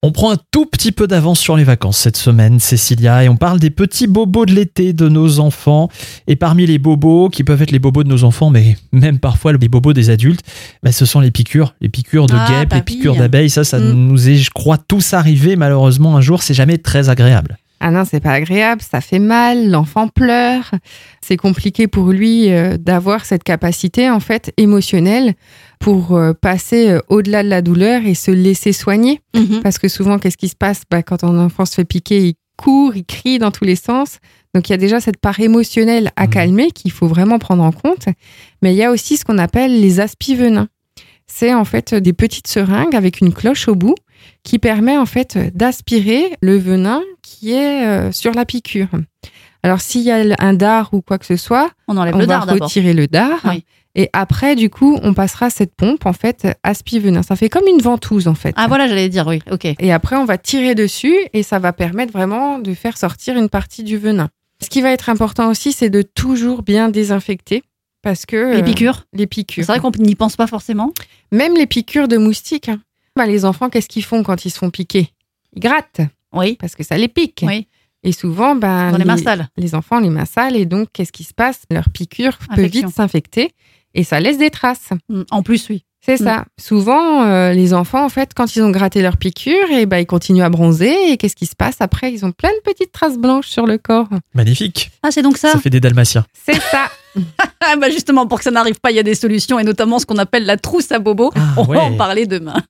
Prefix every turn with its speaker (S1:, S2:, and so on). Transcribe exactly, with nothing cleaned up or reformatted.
S1: On prend un tout petit peu d'avance sur les vacances cette semaine, Cécilia, et on parle des petits bobos de l'été de nos enfants. Et parmi les bobos, qui peuvent être les bobos de nos enfants, mais même parfois les bobos des adultes, bah, ce sont les piqûres, les piqûres de
S2: Ah,
S1: guêpes, les
S2: papilles.
S1: piqûres d'abeilles. Ça, ça
S2: Mm.
S1: nous est, je crois, tous arrivé malheureusement un jour. C'est jamais très agréable.
S3: Ah non, c'est pas agréable, ça fait mal, l'enfant pleure. C'est compliqué pour lui euh, d'avoir cette capacité en fait émotionnelle pour euh, passer euh, au-delà de la douleur et se laisser soigner.
S2: Mhm.
S3: Parce que souvent, qu'est-ce qui se passe bah, quand un enfant se fait piquer, il court, il crie dans tous les sens. Donc il y a déjà cette part émotionnelle à
S1: Mmh.
S3: calmer qu'il faut vraiment prendre en compte. Mais il y a aussi ce qu'on appelle les aspivenins. C'est en fait des petites seringues avec une cloche au bout qui permet en fait d'aspirer le venin qui est euh, sur la piqûre. Alors s'il y a un dard ou quoi que ce soit,
S2: On enlève
S3: on
S2: le
S3: va
S2: dard d'abord.
S3: retirer le dard
S2: Oui.
S3: et après du coup on passera cette pompe en fait aspi-venin. Ça fait comme une ventouse en fait.
S2: Ah voilà, j'allais dire, oui, ok.
S3: Et après on va tirer dessus et ça va permettre vraiment de faire sortir une partie du venin. Ce qui va être important aussi, c'est de toujours bien désinfecter parce que
S2: Les
S3: euh,
S2: piqûres,
S3: les piqûres.
S2: c'est vrai qu'on n'y pense pas forcément.
S3: Même les piqûres de moustiques. hein. Bah, les enfants, qu'est-ce qu'ils font quand ils se font piquer? Ils grattent
S2: Oui,
S3: parce que ça les pique.
S2: oui,
S3: Et souvent, ben,
S2: dans les mains sales.
S3: les enfants ont les mains sales et donc qu'est-ce qui se passe? Leur piqûre peut
S2: Infection.
S3: vite s'infecter et ça laisse des traces.
S2: Mm, En plus, oui.
S3: C'est
S2: Mm.
S3: ça. Souvent, euh, les enfants, en fait, quand ils ont gratté leur piqûre, et ben, ils continuent à bronzer. Et qu'est-ce qui se passe après? Ils ont plein de petites traces blanches sur le corps.
S1: Magnifique.
S2: Ah, c'est donc ça,
S1: Ça fait des dalmatiens.
S3: C'est ça.
S2: Ah, bah justement, pour que ça n'arrive pas, il y a des solutions, et notamment ce qu'on appelle la trousse à bobo.
S1: Ah,
S2: On va
S1: ouais.
S2: en parler demain.